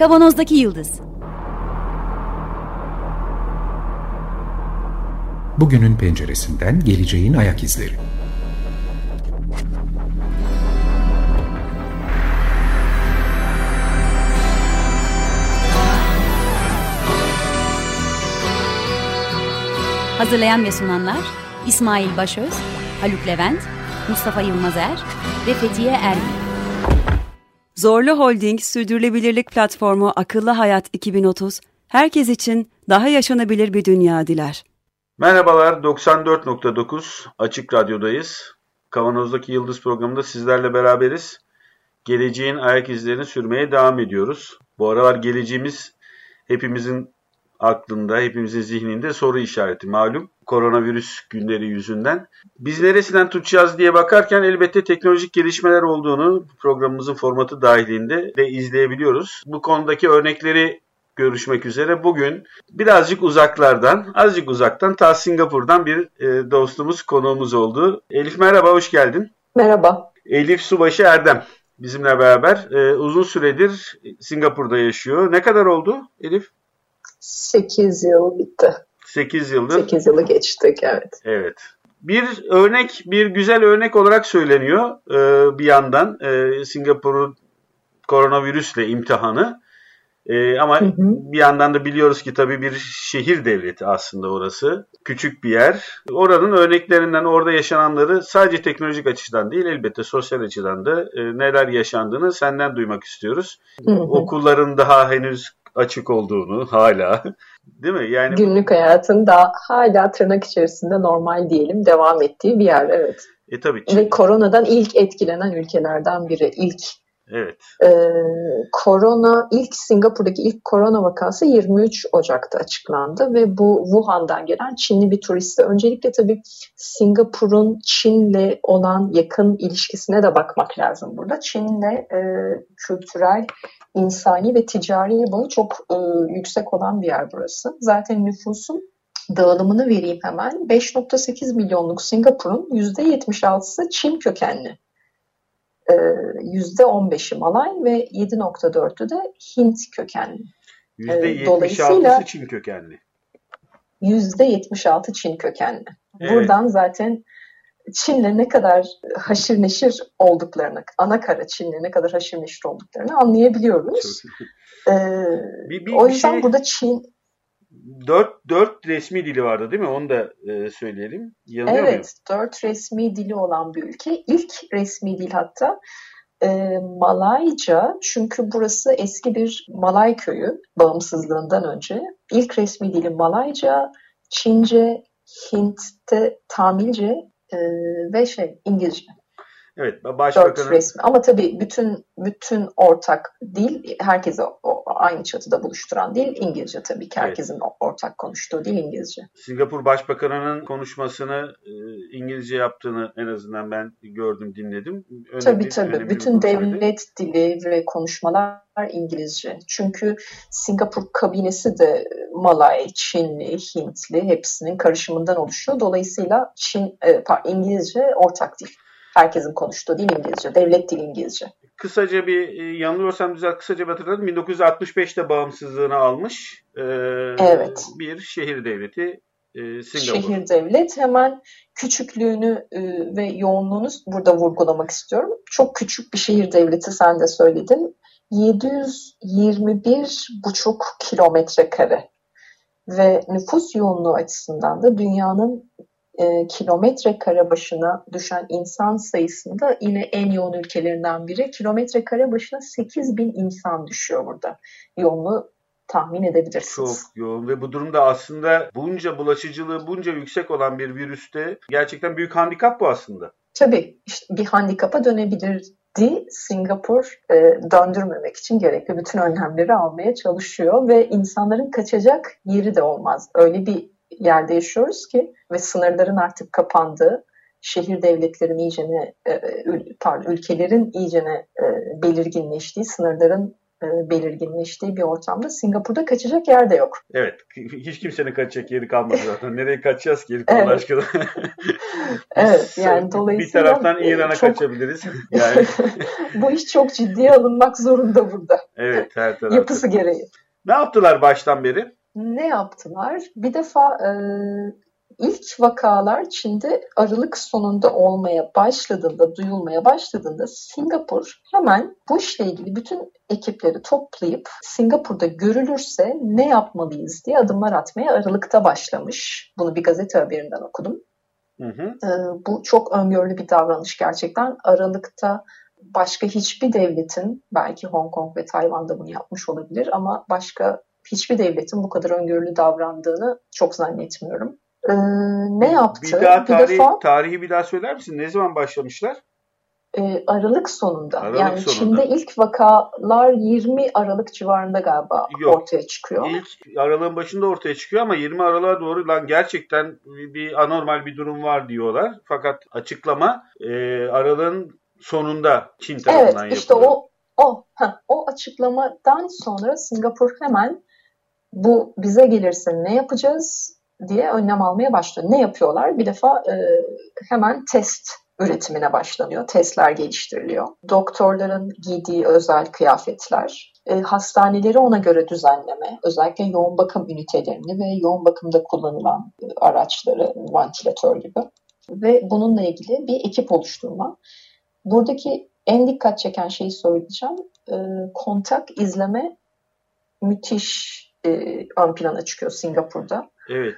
Kavanozdaki Yıldız. Bugünün penceresinden geleceğin ayak izleri. Hazırlayan ve sunanlar İsmail Başöz, Haluk Levent, Mustafa Yılmazer ve Fethiye Erbil. Zorlu Holding Sürdürülebilirlik Platformu Akıllı Hayat 2030, herkes için daha yaşanabilir bir dünya diler. Merhabalar, 94.9 Açık Radyo'dayız. Kavanozdaki Yıldız programında sizlerle beraberiz. Geleceğin ayak izlerini sürmeye devam ediyoruz. Bu aralar geleceğimiz hepimizin aklında, hepimizin zihninde soru işareti malum. Koronavirüs günleri yüzünden. Biz neresinden tutacağız diye bakarken elbette teknolojik gelişmeler olduğunu programımızın formatı dahilinde de izleyebiliyoruz. Bu konudaki örnekleri görüşmek üzere bugün birazcık azıcık uzaktan ta Singapur'dan bir dostumuz, konuğumuz oldu. Elif merhaba, hoş geldin. Merhaba. Elif Subaşı Erdem bizimle beraber uzun süredir Singapur'da yaşıyor. Ne kadar oldu Elif? 8 yıl bitti. 8 yıldır. 8 yılı geçtik, evet. Evet. Bir güzel örnek olarak söyleniyor bir yandan Singapur'un koronavirüsle imtihanı. Ama bir yandan da biliyoruz ki tabii bir şehir devleti aslında orası. Küçük bir yer. Oranın örneklerinden, orada yaşananları sadece teknolojik açıdan değil, elbette sosyal açıdan da neler yaşandığını senden duymak istiyoruz. Okulların daha henüz açık olduğunu hala, değil mi? Yani günlük hayatın da hala tırnak içerisinde normal diyelim devam ettiği bir yer, evet. Tabii. Ve koronadan ilk etkilenen ülkelerden biri, Evet. Singapur'daki ilk korona vakası 23 Ocak'ta açıklandı ve bu Wuhan'dan gelen Çinli bir turistti. Öncelikle tabii Singapur'un Çin'le olan yakın ilişkisine de bakmak lazım burada. Çin'le kültürel, insani ve ticari bağı çok yüksek olan bir yer burası. Zaten nüfusun dağılımını vereyim hemen. 5.8 milyonluk Singapur'un %76'sı Çin kökenli. %15'i Malay ve 7.4'ü de Hint kökenli. %76'sı Çin kökenli. %76 Çin kökenli. Evet. Buradan zaten Çin'le ne kadar haşır neşir olduklarını, ana kara Çin'le ne kadar haşır neşir olduklarını anlayabiliyoruz. O yüzden burada Çin... 4 resmi dili vardı değil mi? Onu da söyleyelim. Yanılıyor muyum? 4 resmi dili olan bir ülke. İlk resmi dil hatta Malayca. Çünkü burası eski bir Malay köyü bağımsızlığından önce. İlk resmi dili Malayca, Çince, Hint'te Tamilce ve İngilizce. Evet, başbakanın... 4 resmi. Ama tabii bütün ortak dil, herkese aynı çatıda buluşturan dil İngilizce tabii ki. Herkesin ortak konuştuğu dil İngilizce. Singapur Başbakanı'nın konuşmasını İngilizce yaptığını en azından ben gördüm, dinledim. Tabii. Bütün devlet dili ve konuşmalar İngilizce. Çünkü Singapur kabinesi de Malay, Çinli, Hintli hepsinin karışımından oluşuyor. Dolayısıyla İngilizce ortak dil. Herkesin konuştuğu dil İngilizce. Devlet dili İngilizce. Kısaca yanılıyorsam kısaca bir hatırladım. 1965'te bağımsızlığını almış evet. Bir şehir devleti Singapur. Şehir devlet. Hemen küçüklüğünü ve yoğunluğunu burada vurgulamak istiyorum. Çok küçük bir şehir devleti, sen de söyledin. 721,5 kilometre kare. Ve nüfus yoğunluğu açısından da dünyanın kilometre kare başına düşen insan sayısında yine en yoğun ülkelerinden biri. Kilometre kare başına 8.000 insan düşüyor burada. Yoğunluğu tahmin edebilirsiniz. Çok yoğun ve bu durumda aslında bulaşıcılığı bunca yüksek olan bir virüste gerçekten büyük handikap bu aslında. Tabii işte bir handikapa dönebilirdi. Singapur döndürmemek için gerekli bütün önlemleri almaya çalışıyor ve insanların kaçacak yeri de olmaz. Öyle bir yerde yaşıyoruz ki ve sınırların artık kapandığı, şehir devletlerin ülkelerin iyicene belirginleştiği, sınırların belirginleştiği bir ortamda Singapur'da kaçacak yer de yok. Evet. Hiç kimsenin kaçacak yeri kalmadı zaten. Nereye kaçacağız ki? Allah aşkına. Evet. Yani dolayısıyla bir taraftan İran'a kaçabiliriz. Yani bu iş çok ciddiye alınmak zorunda burada. Evet. Her tarafta. Yapısı gereği. Ne yaptılar baştan beri? Ne yaptılar? Bir defa ilk vakalar Çin'de Aralık sonunda duyulmaya başladığında Singapur hemen bu işle ilgili bütün ekipleri toplayıp Singapur'da görülürse ne yapmalıyız diye adımlar atmaya Aralık'ta başlamış. Bunu bir gazete haberinden okudum. Bu çok öngörülü bir davranış gerçekten. Aralık'ta başka hiçbir devletin, belki Hong Kong ve Tayvan'da bunu yapmış olabilir ama başka hiçbir devletin bu kadar öngörülü davrandığını çok zannetmiyorum. Ne yaptı? Tarihi bir daha söyler misin? Ne zaman başlamışlar? Aralık sonunda. Çin'de ilk vakalar 20 Aralık civarında galiba ortaya çıkıyor. İlk Aralık'ın başında ortaya çıkıyor ama 20 Aralık'a doğru gerçekten bir anormal bir durum var diyorlar. Fakat açıklama Aralık'ın sonunda Çin tarafından yapılıyor. Evet, işte o açıklamadan sonra Singapur hemen bu bize gelirse ne yapacağız diye önlem almaya başlıyor. Ne yapıyorlar? Bir defa hemen test üretimine başlanıyor. Testler geliştiriliyor. Doktorların giydiği özel kıyafetler, hastaneleri ona göre düzenleme, özellikle yoğun bakım ünitelerini ve yoğun bakımda kullanılan araçları, ventilatör gibi ve bununla ilgili bir ekip oluşturma. Buradaki en dikkat çeken şeyi söyleyeceğim. Kontak izleme müthiş ön plana çıkıyor Singapur'da. Evet.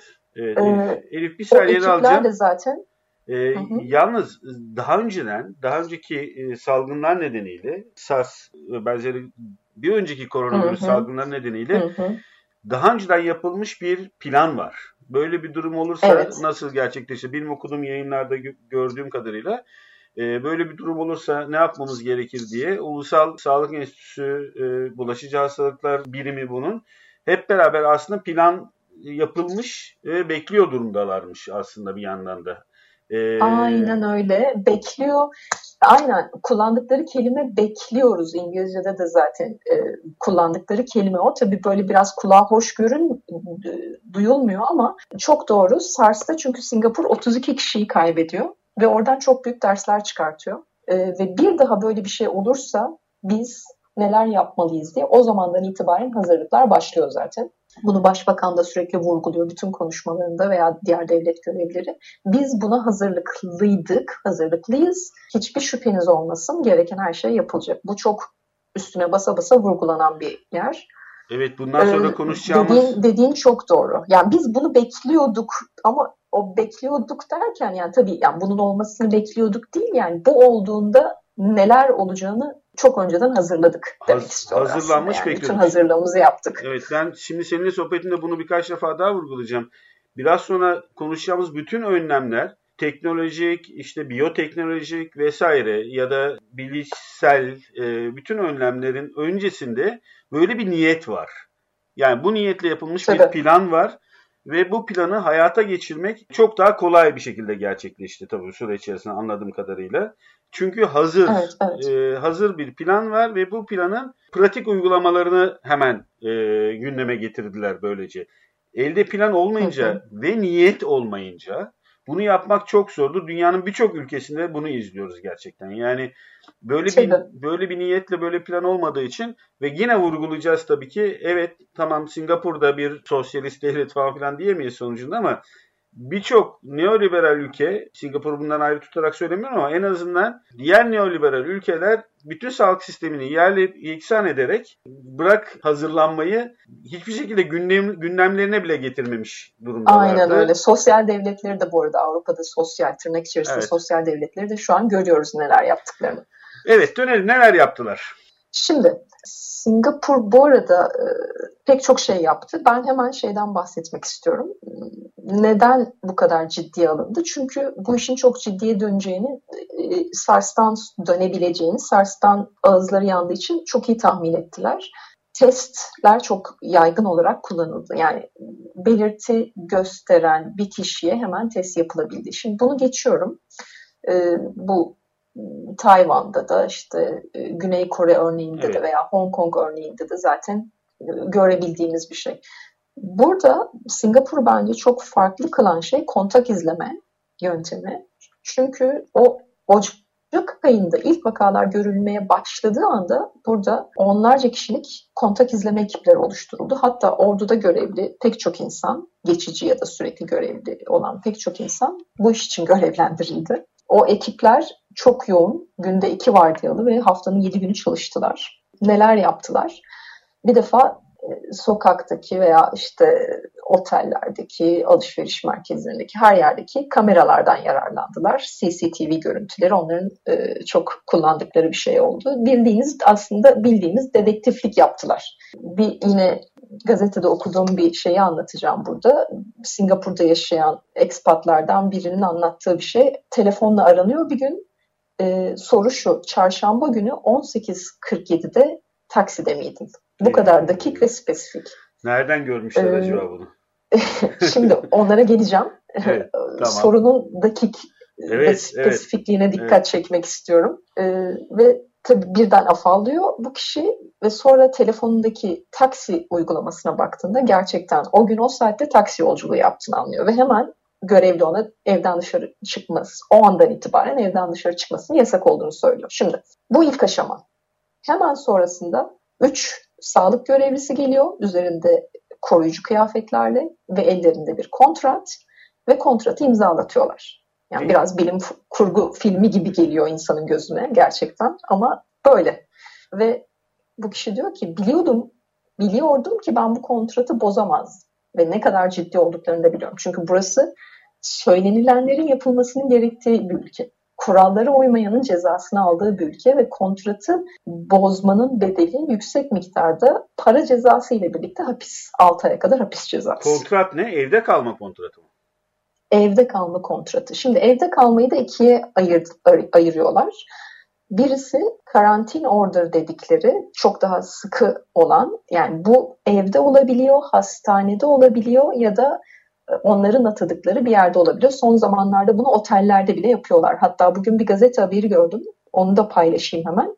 Elif bir saniye alacağım. De zaten yalnız daha önceki salgınlar nedeniyle SARS benzeri bir önceki koronavirüs salgınlar nedeniyle daha önceden yapılmış bir plan var. Böyle bir durum olursa nasıl gerçekleşir? Benim okuduğum yayınlarda gördüğüm kadarıyla böyle bir durum olursa ne yapmamız gerekir diye Ulusal Sağlık Enstitüsü Bulaşıcı Hastalıklar Birimi bunun hep beraber aslında plan yapılmış ve bekliyor durumdalarmış aslında bir yandan da. Aynen öyle. Bekliyor. Aynen. Kullandıkları kelime bekliyoruz. İngilizce'de de zaten kullandıkları kelime o. Tabii böyle biraz kulağa hoş duyulmuyor ama çok doğru. SARS'ta çünkü Singapur 32 kişiyi kaybediyor ve oradan çok büyük dersler çıkartıyor. Ve bir daha böyle bir şey olursa biz neler yapmalıyız diye o zamandan itibaren hazırlıklar başlıyor zaten. Bunu Başbakan da sürekli vurguluyor bütün konuşmalarında veya diğer devlet görevlileri. Biz buna hazırlıklıyız. Hiçbir şüpheniz olmasın, gereken her şey yapılacak. Bu çok üstüne basa basa vurgulanan bir yer. Evet, bundan sonra konuşacağımız... Dediğin çok doğru. Yani biz bunu bekliyorduk ama o bekliyorduk derken yani tabii yani bunun olmasını bekliyorduk değil, yani bu olduğunda neler olacağını çok önceden hazırladık demek istiyorum. Hazırlanmış yani bekliyorduk. Bütün hazırlığımızı yaptık. Evet, ben şimdi seninle sohbetimde bunu birkaç defa daha vurgulayacağım. Biraz sonra konuşacağımız bütün önlemler teknolojik, işte biyoteknolojik vesaire ya da bilişsel bütün önlemlerin öncesinde böyle bir niyet var. Yani bu niyetle yapılmış bir plan var ve bu planı hayata geçirmek çok daha kolay bir şekilde gerçekleşti tabii bu süreç içerisinde anladığım kadarıyla. Çünkü hazır bir plan var ve bu planın pratik uygulamalarını hemen gündeme getirdiler böylece. Elde plan olmayınca ve niyet olmayınca bunu yapmak çok zordu. Dünyanın birçok ülkesinde bunu izliyoruz gerçekten. Yani böyle bir niyetle böyle plan olmadığı için ve yine vurgulayacağız tabii ki. Evet, tamam, Singapur'da bir sosyalist devlet falan filan diyemeyiz sonucunda ama birçok neoliberal ülke, Singapur'u bundan ayrı tutarak söylemiyorum ama en azından diğer neoliberal ülkeler bütün sağlık sistemini yerle yeksan ederek bırak hazırlanmayı hiçbir şekilde gündemlerine bile getirmemiş durumdalardı. Aynen öyle. Sosyal devletleri de bu arada Avrupa'da tırnak içerisinde sosyal devletleri de şu an görüyoruz neler yaptıklarını. Evet, dönelim. Neler yaptılar? Şimdi Singapur bu arada pek çok şey yaptı. Ben hemen şeyden bahsetmek istiyorum. Neden bu kadar ciddiye alındı? Çünkü bu işin çok ciddiye döneceğini, SARS'tan dönebileceğini, SARS'tan ağızları yandığı için çok iyi tahmin ettiler. Testler çok yaygın olarak kullanıldı. Yani belirti gösteren bir kişiye hemen test yapılabildi. Şimdi bunu geçiyorum. Bu Tayvan'da da işte Güney Kore örneğinde de veya Hong Kong örneğinde de zaten görebildiğimiz bir şey. Burada Singapur'u bence çok farklı kılan şey kontak izleme yöntemi. Çünkü o Ocak ayında ilk vakalar görülmeye başladığı anda burada onlarca kişilik kontak izleme ekipleri oluşturuldu. Hatta orduda görevli pek çok insan, geçici ya da sürekli görevli olan pek çok insan bu iş için görevlendirildi. O ekipler çok yoğun, günde 2 vardiyalı ve haftanın 7 günü çalıştılar. Neler yaptılar? Bir defa sokaktaki veya işte otellerdeki, alışveriş merkezlerindeki her yerdeki kameralardan yararlandılar. CCTV görüntüleri onların çok kullandıkları bir şey oldu. Bildiğimiz dedektiflik yaptılar. Yine gazetede okuduğum bir şeyi anlatacağım burada. Singapur'da yaşayan ekspatlardan birinin anlattığı bir şey. Telefonla aranıyor bir gün. Soru şu, çarşamba günü 18.47'de takside miydin? Bu kadar dakik ve spesifik. Nereden görmüşler acaba bunu? Şimdi onlara geleceğim. Evet, tamam. Sorunun dakik ve spesifikliğine dikkat çekmek istiyorum. Ve tabii birden afallıyor bu kişi ve sonra telefonundaki taksi uygulamasına baktığında gerçekten o gün o saatte taksi yolculuğu yaptığını anlıyor. Ve hemen görevli ona evden dışarı çıkması, o andan itibaren evden dışarı çıkmasının yasak olduğunu söylüyor. Şimdi bu ilk aşama. Hemen sonrasında 3 sağlık görevlisi geliyor üzerinde koruyucu kıyafetlerle ve ellerinde bir kontrat ve kontratı imzalatıyorlar. Yani biraz bilim kurgu filmi gibi geliyor insanın gözüne gerçekten ama böyle. Ve bu kişi diyor ki biliyordum ki ben bu kontratı bozamazdım ve ne kadar ciddi olduklarını da biliyorum. Çünkü burası söylenilenlerin yapılmasının gerektiği bir ülke. Kurallara uymayanın cezasını aldığı bir ülke ve kontratı bozmanın bedeli yüksek miktarda para cezası ile birlikte hapis. 6 aya kadar hapis cezası. Kontrat ne? Evde kalma kontratı mı? Evde kalma kontratı. Şimdi evde kalmayı da ikiye ayırıyorlar. Birisi karantin order dedikleri çok daha sıkı olan, yani bu evde olabiliyor, hastanede olabiliyor ya da onların atadıkları bir yerde olabiliyor. Son zamanlarda bunu otellerde bile yapıyorlar. Hatta bugün bir gazete haberi gördüm. Onu da paylaşayım hemen.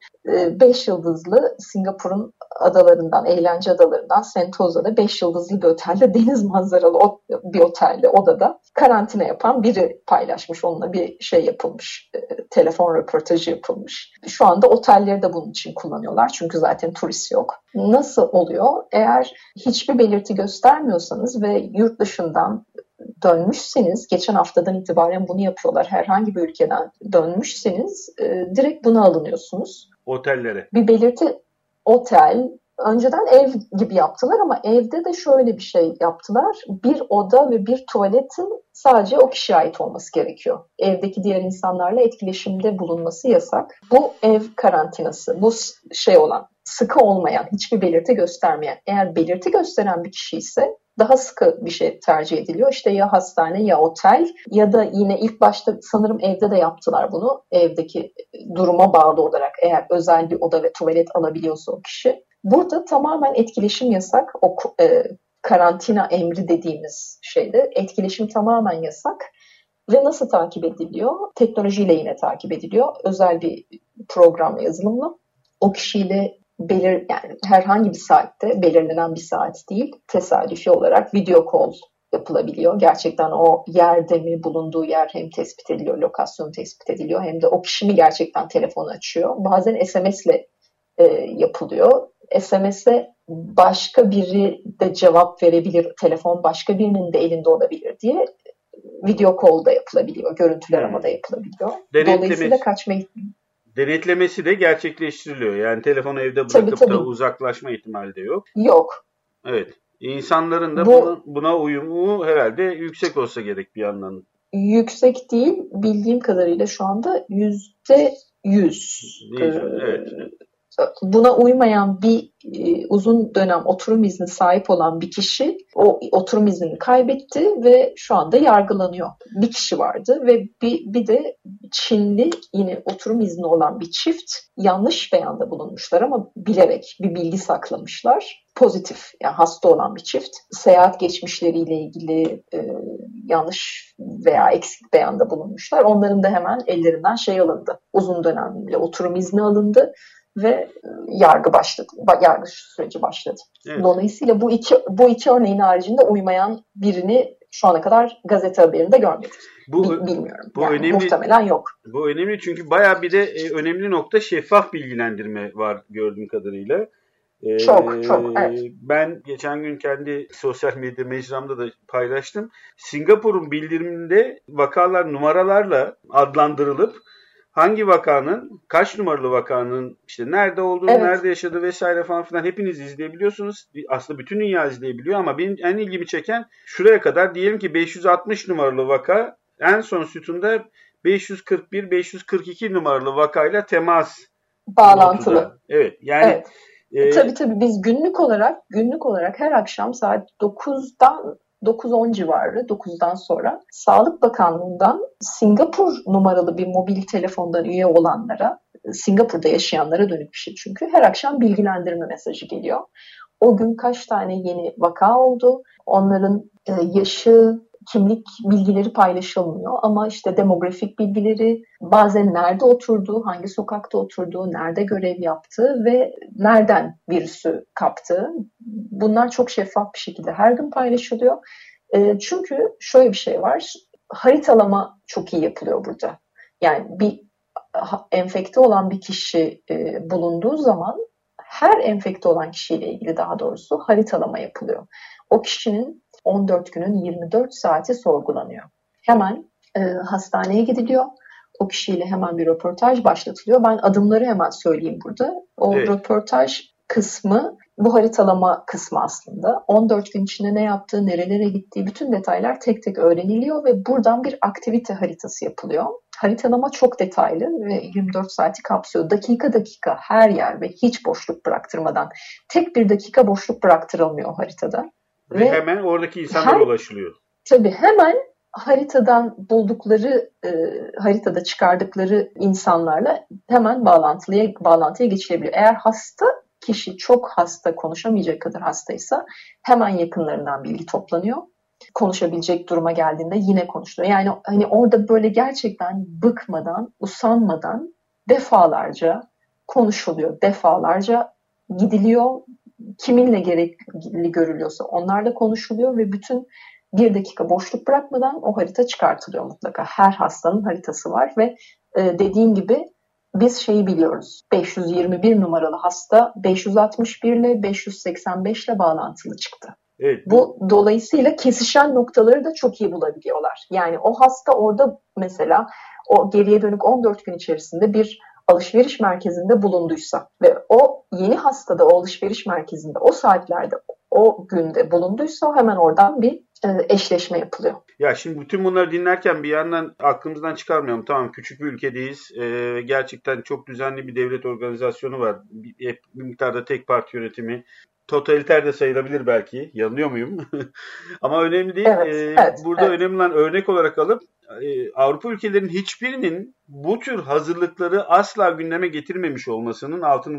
5 yıldızlı Singapur'un adalarından, eğlence adalarından Sentosa'da 5 yıldızlı bir otelde, deniz manzaralı bir otelde, odada karantina yapan biri paylaşmış. Onunla bir şey yapılmış. Telefon röportajı yapılmış. Şu anda otelleri de bunun için kullanıyorlar. Çünkü zaten turist yok. Nasıl oluyor? Eğer hiçbir belirti göstermiyorsanız ve yurt dışından dönmüşseniz, geçen haftadan itibaren bunu yapıyorlar. Herhangi bir ülkeden dönmüşseniz direkt buna alınıyorsunuz. Otellere. Bir belirti, otel, önceden ev gibi yaptılar ama evde de şöyle bir şey yaptılar. Bir oda ve bir tuvaletin sadece o kişiye ait olması gerekiyor. Evdeki diğer insanlarla etkileşimde bulunması yasak. Bu ev karantinası, bu şey olan, sıkı olmayan, hiçbir belirti göstermeyen. Eğer belirti gösteren bir kişi ise daha sıkı bir şey tercih ediliyor. İşte ya hastane ya otel ya da yine ilk başta sanırım evde de yaptılar bunu. Evdeki duruma bağlı olarak eğer özel bir oda ve tuvalet alabiliyorsa o kişi. Burada tamamen etkileşim yasak. O karantina emri dediğimiz şeyde etkileşim tamamen yasak. Ve nasıl takip ediliyor? Teknolojiyle yine takip ediliyor. Özel bir programla, yazılımla. O kişiyle yani herhangi bir saatte, belirlenen bir saat değil, tesadüfi olarak video call yapılabiliyor. Gerçekten o yerde mi, bulunduğu yer hem tespit ediliyor, lokasyon tespit ediliyor, hem de o kişi mi gerçekten telefonu açıyor. Bazen SMS'le yapılıyor. SMS'e başka biri de cevap verebilir, telefon başka birinin de elinde olabilir diye video call da yapılabiliyor, görüntüler ama da yapılabiliyor. Dolayısıyla denetlemesi de gerçekleştiriliyor. Yani telefonu evde bırakıp da uzaklaşma ihtimali de yok. Yok. Evet. İnsanların da buna uyumu herhalde yüksek olsa gerek bir yandan. Yüksek değil. Bildiğim kadarıyla şu anda %100. Evet. Buna uymayan bir uzun dönem oturum izni sahip olan bir kişi o oturum iznini kaybetti ve şu anda yargılanıyor. Bir kişi vardı ve bir de Çinli yine oturum izni olan bir çift yanlış beyanda bulunmuşlar ama bilerek bir bilgi saklamışlar. Pozitif, yani hasta olan bir çift. Seyahat geçmişleriyle ilgili yanlış veya eksik beyanda bulunmuşlar. Onların da hemen ellerinden alındı. Uzun dönemli oturum izni alındı ve yargı süreci başladı. Evet. Dolayısıyla bu iki örneğin haricinde uymayan birini şu ana kadar gazete haberinde görmedim. Bilmiyorum. Muhtemelen yok. Bu önemli çünkü bayağı bir de önemli nokta şeffaf bilgilendirme var gördüğüm kadarıyla. Çok evet. Ben geçen gün kendi sosyal medya mecramda da paylaştım. Singapur'un bildiriminde vakalar numaralarla adlandırılıp hangi vakanın, kaç numaralı vakanın işte nerede olduğunu, evet, nerede yaşadığı vesaire falan filan hepiniz izleyebiliyorsunuz. Aslında bütün dünya izleyebiliyor ama benim en ilgimi çeken şuraya kadar diyelim ki 560 numaralı vaka en son sütunda 541-542 numaralı vakayla temas bağlantılı. Notuda. Evet. Yani evet. Tabii biz günlük olarak her akşam saat 9-10 civarı, 9'dan sonra Sağlık Bakanlığı'ndan Singapur numaralı bir mobil telefondan üye olanlara, Singapur'da yaşayanlara dönük bir şey çünkü, her akşam bilgilendirme mesajı geliyor. O gün kaç tane yeni vaka oldu, onların yaşı, kimlik bilgileri paylaşılmıyor ama işte demografik bilgileri, bazen nerede oturduğu, hangi sokakta oturduğu, nerede görev yaptığı ve nereden virüsü kaptığı, bunlar çok şeffaf bir şekilde her gün paylaşılıyor. Çünkü şöyle bir şey var, haritalama çok iyi yapılıyor burada. Yani bir enfekte olan bir kişi bulunduğu zaman her enfekte olan kişiyle ilgili daha doğrusu haritalama yapılıyor. O kişinin 14 günün 24 saati sorgulanıyor. Hemen hastaneye gidiliyor. O kişiyle hemen bir röportaj başlatılıyor. Ben adımları hemen söyleyeyim burada. O evet, röportaj kısmı bu haritalama kısmı aslında. 14 gün içinde ne yaptığı, nerelere gittiği bütün detaylar tek tek öğreniliyor ve buradan bir aktivite haritası yapılıyor. Haritalama çok detaylı ve 24 saati kapsıyor. Dakika dakika her yer ve hiç boşluk bıraktırmadan. Tek bir dakika boşluk bıraktırılmıyor o haritada. Ve hemen oradaki insanlara ulaşılıyor. Tabii hemen haritadan buldukları, haritada çıkardıkları insanlarla hemen bağlantıya geçilebiliyor. Eğer kişi çok hasta, konuşamayacak kadar hastaysa hemen yakınlarından bilgi toplanıyor. Konuşabilecek duruma geldiğinde yine konuşuluyor. Yani hani orada böyle gerçekten bıkmadan, usanmadan defalarca konuşuluyor. Defalarca gidiliyor. Kiminle gerekli görülüyorsa onlarla konuşuluyor ve bütün bir dakika boşluk bırakmadan o harita çıkartılıyor mutlaka. Her hastanın haritası var ve dediğim gibi biz şeyi biliyoruz. 521 numaralı hasta 561 ile 585 ile bağlantılı çıktı. Evet. Bu dolayısıyla kesişen noktaları da çok iyi bulabiliyorlar. Yani o hasta orada mesela o geriye dönük 14 gün içerisinde bir alışveriş merkezinde bulunduysa ve o yeni hasta da o alışveriş merkezinde o saatlerde, o günde bulunduysa hemen oradan bir eşleşme yapılıyor. Ya şimdi bütün bunları dinlerken bir yandan aklımızdan çıkarmayalım. Tamam, küçük bir ülkedeyiz. Gerçekten çok düzenli bir devlet organizasyonu var. Bir miktarda tek parti yönetimi. Totaliter de sayılabilir belki. Yanılıyor muyum? Ama önemli değil. Evet, burada önemli olan örnek olarak alıp Avrupa ülkelerinin hiçbirinin bu tür hazırlıkları asla gündeme getirmemiş olmasının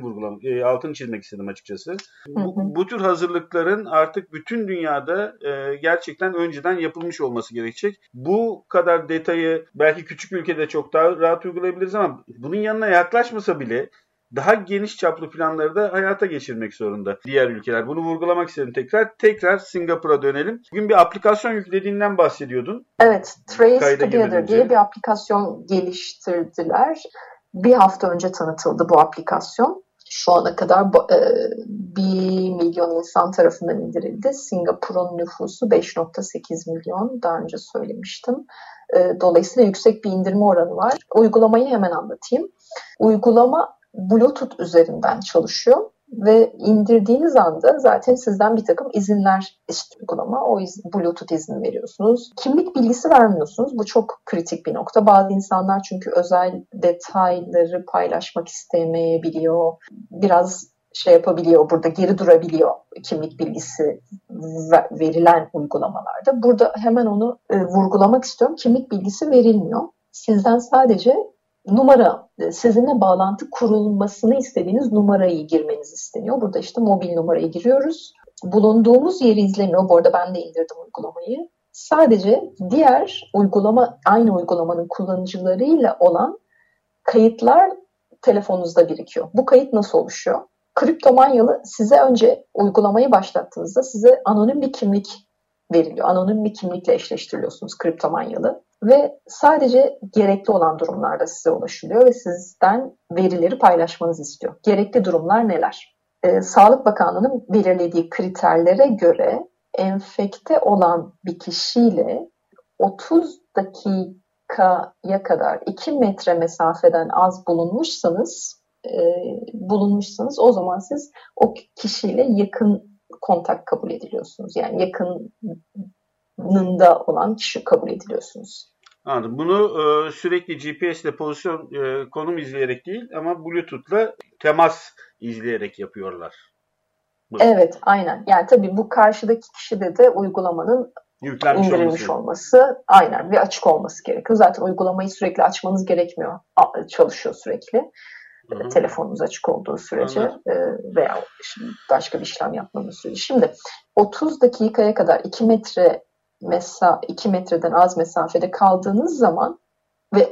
altını çizmek istedim açıkçası. Bu tür hazırlıkların artık bütün dünyada gerçekten önceden yapılmış olması gerekecek. Bu kadar detayı belki küçük ülkede çok daha rahat uygulayabiliriz ama bunun yanına yaklaşmasa bile daha geniş çaplı planları da hayata geçirmek zorunda diğer ülkeler. Bunu vurgulamak istedim tekrar. Tekrar Singapur'a dönelim. Bugün bir aplikasyon yüklediğinden bahsediyordun. Evet, Trace Together diye bir aplikasyon geliştirdiler. Bir hafta önce tanıtıldı bu aplikasyon. Şu ana kadar 1 milyon insan tarafından indirildi. Singapur'un nüfusu 5.8 milyon. Daha önce söylemiştim. Dolayısıyla yüksek bir indirme oranı var. Uygulamayı hemen anlatayım. Uygulama Bluetooth üzerinden çalışıyor ve indirdiğiniz anda zaten sizden bir takım izinler istiyor uygulama. O Bluetooth izni veriyorsunuz. Kimlik bilgisi vermiyorsunuz. Bu çok kritik bir nokta. Bazı insanlar çünkü özel detayları paylaşmak istemeyebiliyor. Biraz yapabiliyor, burada geri durabiliyor kimlik bilgisi verilen uygulamalarda. Burada hemen onu vurgulamak istiyorum. Kimlik bilgisi verilmiyor. Sizden sadece sizinle bağlantı kurulmasını istediğiniz numarayı girmeniz isteniyor. Burada işte mobil numarayı giriyoruz. Bulunduğumuz yeri izlemiyor. Bu arada ben de indirdim uygulamayı. sadece diğer aynı uygulamanın kullanıcılarıyla olan kayıtlar telefonunuzda birikiyor. Bu kayıt nasıl oluşuyor? Kriptomanyalı size önce uygulamayı başlattığınızda size anonim bir kimlik veriliyor. Anonim bir kimlikle eşleştiriliyorsunuz kriptomanyalı ve sadece gerekli olan durumlarda size ulaşılıyor ve sizden verileri paylaşmanızı istiyor. Gerekli durumlar neler? Sağlık Bakanlığı'nın belirlediği kriterlere göre enfekte olan bir kişiyle 30 dakikaya kadar 2 metre mesafeden az bulunmuşsanız o zaman siz o kişiyle yakın kontak kabul ediliyorsunuz. Yani yakınında olan kişi kabul ediliyorsunuz. Anladım. Bunu sürekli GPS ile pozisyon konum izleyerek değil ama Bluetooth'la temas izleyerek yapıyorlar. Evet, aynen. Yani tabii bu karşıdaki kişide de uygulamanın indirilmiş olması aynen ve açık olması gerekiyor. Zaten uygulamayı sürekli açmanız gerekmiyor. Çalışıyor sürekli. Hı-hı. Telefonunuz açık olduğu sürece veya başka bir işlem yapmanız sürece. Şimdi 30 dakikaya kadar 2 metreden az mesafede kaldığınız zaman ve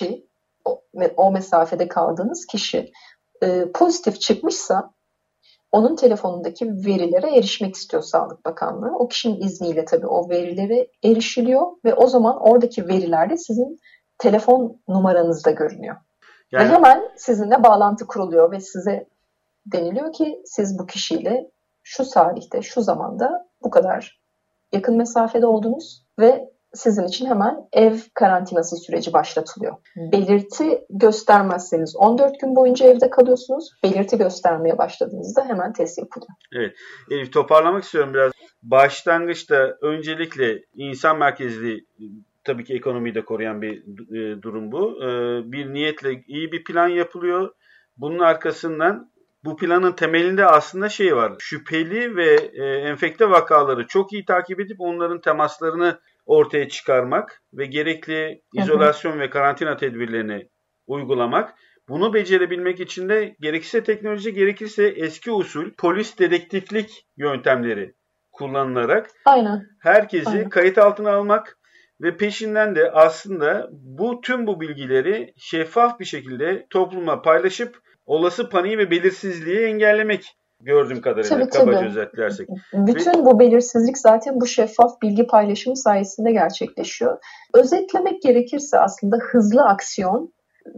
o mesafede kaldığınız kişi pozitif çıkmışsa onun telefonundaki verilere erişmek istiyor Sağlık Bakanlığı. O kişinin izniyle tabii o verilere erişiliyor ve o zaman oradaki veriler de sizin telefon numaranızda görünüyor. Yani... Ve hemen sizinle bağlantı kuruluyor ve size deniliyor ki siz bu kişiyle şu tarihte, şu zamanda bu kadar yakın mesafede oldunuz ve sizin için hemen ev karantinası süreci başlatılıyor. Belirti göstermezseniz 14 gün boyunca evde kalıyorsunuz. Belirti göstermeye başladığınızda hemen test yapılıyor. Evet. Elif, toparlamak istiyorum biraz. Başlangıçta öncelikle insan merkezli, tabii ki ekonomiyi de koruyan bir durum bu. Bir niyetle iyi bir plan yapılıyor. Bunun arkasından bu planın temelinde aslında şey var. Şüpheli ve enfekte vakaları çok iyi takip edip onların temaslarını ortaya çıkarmak ve gerekli izolasyon ve karantina tedbirlerini uygulamak. Bunu becerebilmek için de gerekirse teknoloji, gerekirse eski usul polis dedektiflik yöntemleri kullanılarak herkesi kayıt altına almak ve peşinden de aslında tüm bu bilgileri şeffaf bir şekilde topluma paylaşıp olası paniği ve belirsizliği engellemek, gördüğüm kadarıyla kabaca özetlersek. Bütün bu belirsizlik zaten bu şeffaf bilgi paylaşımı sayesinde gerçekleşiyor. Özetlemek gerekirse aslında hızlı aksiyon,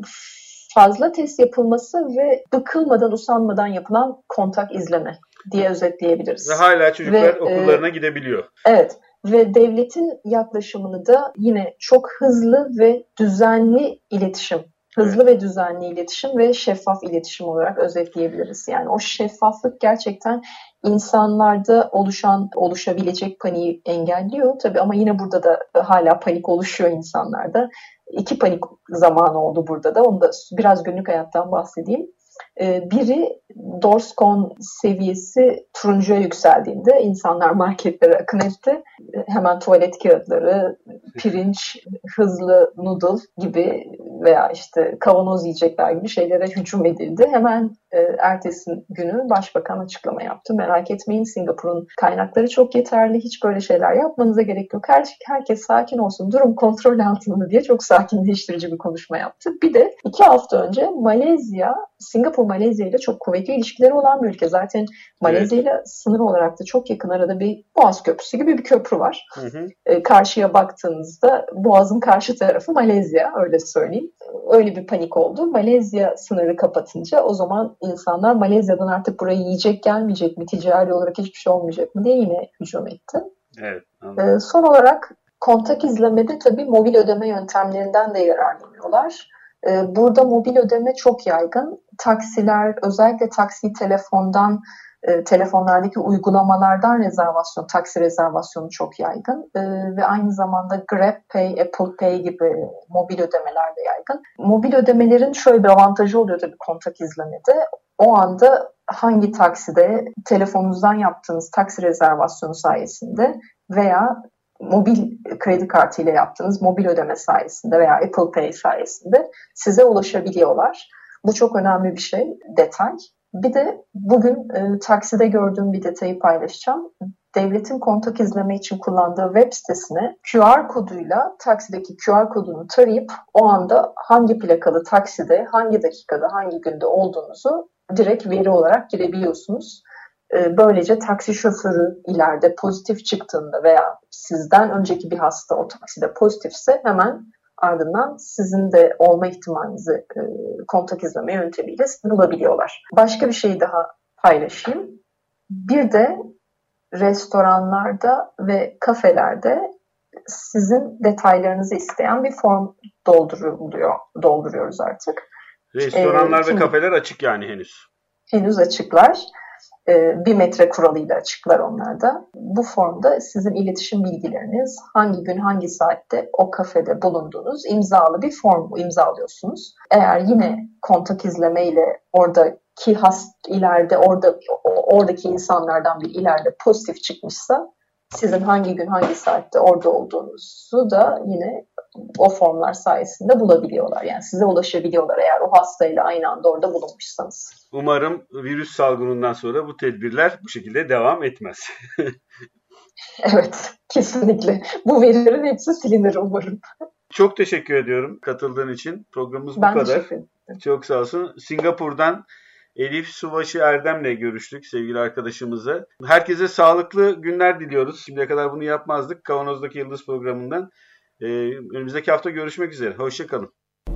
fazla test yapılması ve bıkılmadan, usanmadan yapılan kontak izleme diye özetleyebiliriz. Ve hala çocuklar okullarına gidebiliyor. Evet. Ve devletin yaklaşımını da yine çok hızlı ve düzenli iletişim, ve düzenli iletişim ve şeffaf iletişim olarak özetleyebiliriz. Yani o şeffaflık gerçekten insanlarda oluşabilecek paniği engelliyor. Tabii ama yine burada da hala panik oluşuyor insanlarda. 2 panik zamanı oldu burada da. Onu da biraz günlük hayattan bahsedeyim. Biri Dorscon seviyesi turuncuya yükseldiğinde insanlar marketlere akın etti. Hemen tuvalet kağıtları, pirinç, hızlı noodle gibi veya işte kavanoz yiyecekler gibi şeylere hücum edildi. Hemen ertesi günü başbakan açıklama yaptı. Merak etmeyin, Singapur'un kaynakları çok yeterli. Hiç böyle şeyler yapmanıza gerek yok. Herkes sakin olsun, durum kontrol altında diye çok sakinleştirici bir konuşma yaptı. Bir de 2 hafta önce Singapur Malezya ile çok kuvvetli ilişkileri olan bir ülke. Zaten Malezya ile sınır olarak da çok yakın, arada bir Boğaz Köprüsü gibi bir köprü var. Karşıya baktığınızda Boğaz'ın karşı tarafı Malezya, öyle söyleyeyim. Öyle bir panik oldu. Malezya sınırı kapatınca o zaman insanlar Malezya'dan artık buraya yiyecek gelmeyecek mi, ticari olarak hiçbir şey olmayacak mı diye yine hücum etti. Evet, son olarak kontak izlemede tabii mobil ödeme yöntemlerinden de yararlanıyorlar. Burada mobil ödeme çok yaygın. Taksiler, özellikle taksi telefonlardaki uygulamalardan taksi rezervasyonu çok yaygın. Ve aynı zamanda GrabPay, Apple Pay gibi mobil ödemeler de yaygın. Mobil ödemelerin şöyle bir avantajı oluyor tabii kontak izlemede. O anda hangi takside telefonunuzdan yaptığınız taksi rezervasyonu sayesinde veya mobil kredi kartıyla yaptığınız mobil ödeme sayesinde veya Apple Pay sayesinde size ulaşabiliyorlar. Bu çok önemli bir şey, detay. Bir de bugün takside gördüğüm bir detayı paylaşacağım. devletin kontak izleme için kullandığı web sitesine QR koduyla taksideki QR kodunu tarayıp o anda hangi plakalı takside, hangi dakikada, hangi günde olduğunuzu direkt veri olarak girebiliyorsunuz. Böylece taksi şoförü ileride pozitif çıktığında veya sizden önceki bir hasta o takside pozitifse hemen ardından sizin de olma ihtimalinizi kontak izleme yöntemiyle bulabiliyorlar. Başka bir şey daha paylaşayım. Bir de restoranlarda ve kafelerde sizin detaylarınızı isteyen bir form dolduruyoruz artık. Restoranlar ve kafeler açık yani henüz. Henüz açıklar. 1 metre kuralıyla açıklar onlar da. Bu formda sizin iletişim bilgileriniz, hangi gün hangi saatte o kafede bulunduğunuz imzalı bir form imzalıyorsunuz. Eğer yine kontak izlemeyle oradaki ileride oradaki insanlardan bir ileride pozitif çıkmışsa sizin hangi gün hangi saatte orada olduğunuzu da yine o formlar sayesinde bulabiliyorlar. Yani size ulaşabiliyorlar eğer o hastayla aynı anda orada bulunmuşsanız. Umarım virüs salgınından sonra bu tedbirler bu şekilde devam etmez. Evet, kesinlikle. Bu verilerin hepsi silinir umarım. Çok teşekkür ediyorum katıldığın için. Programımız bu ben kadar. Teşekkür ederim. Çok sağ olsun. Singapur'dan Elif Subaşı Erdem'le görüştük sevgili arkadaşımıza. Herkese sağlıklı günler diliyoruz. Şimdiye kadar bunu yapmazdık. Kavanoz'daki Yıldız programından. Önümüzdeki hafta görüşmek üzere. Hoşça kalın.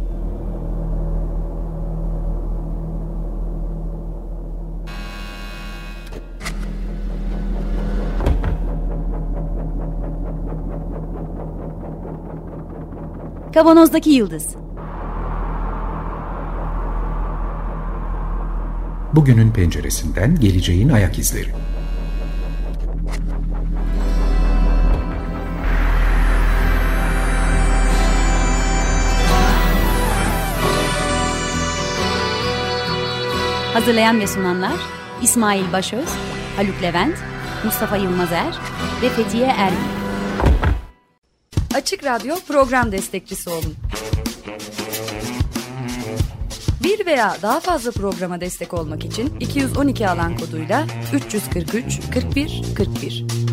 Kavanoz'daki Yıldız. Bugünün penceresinden geleceğin ayak izleri. Hazırlayan ve sunanlar İsmail Başöz, Haluk Levent, Mustafa Yılmazer ve Fethiye Erbil. Açık Radyo program destekçisi olun. Bir veya daha fazla programa destek olmak için 212 alan koduyla 343 41 41.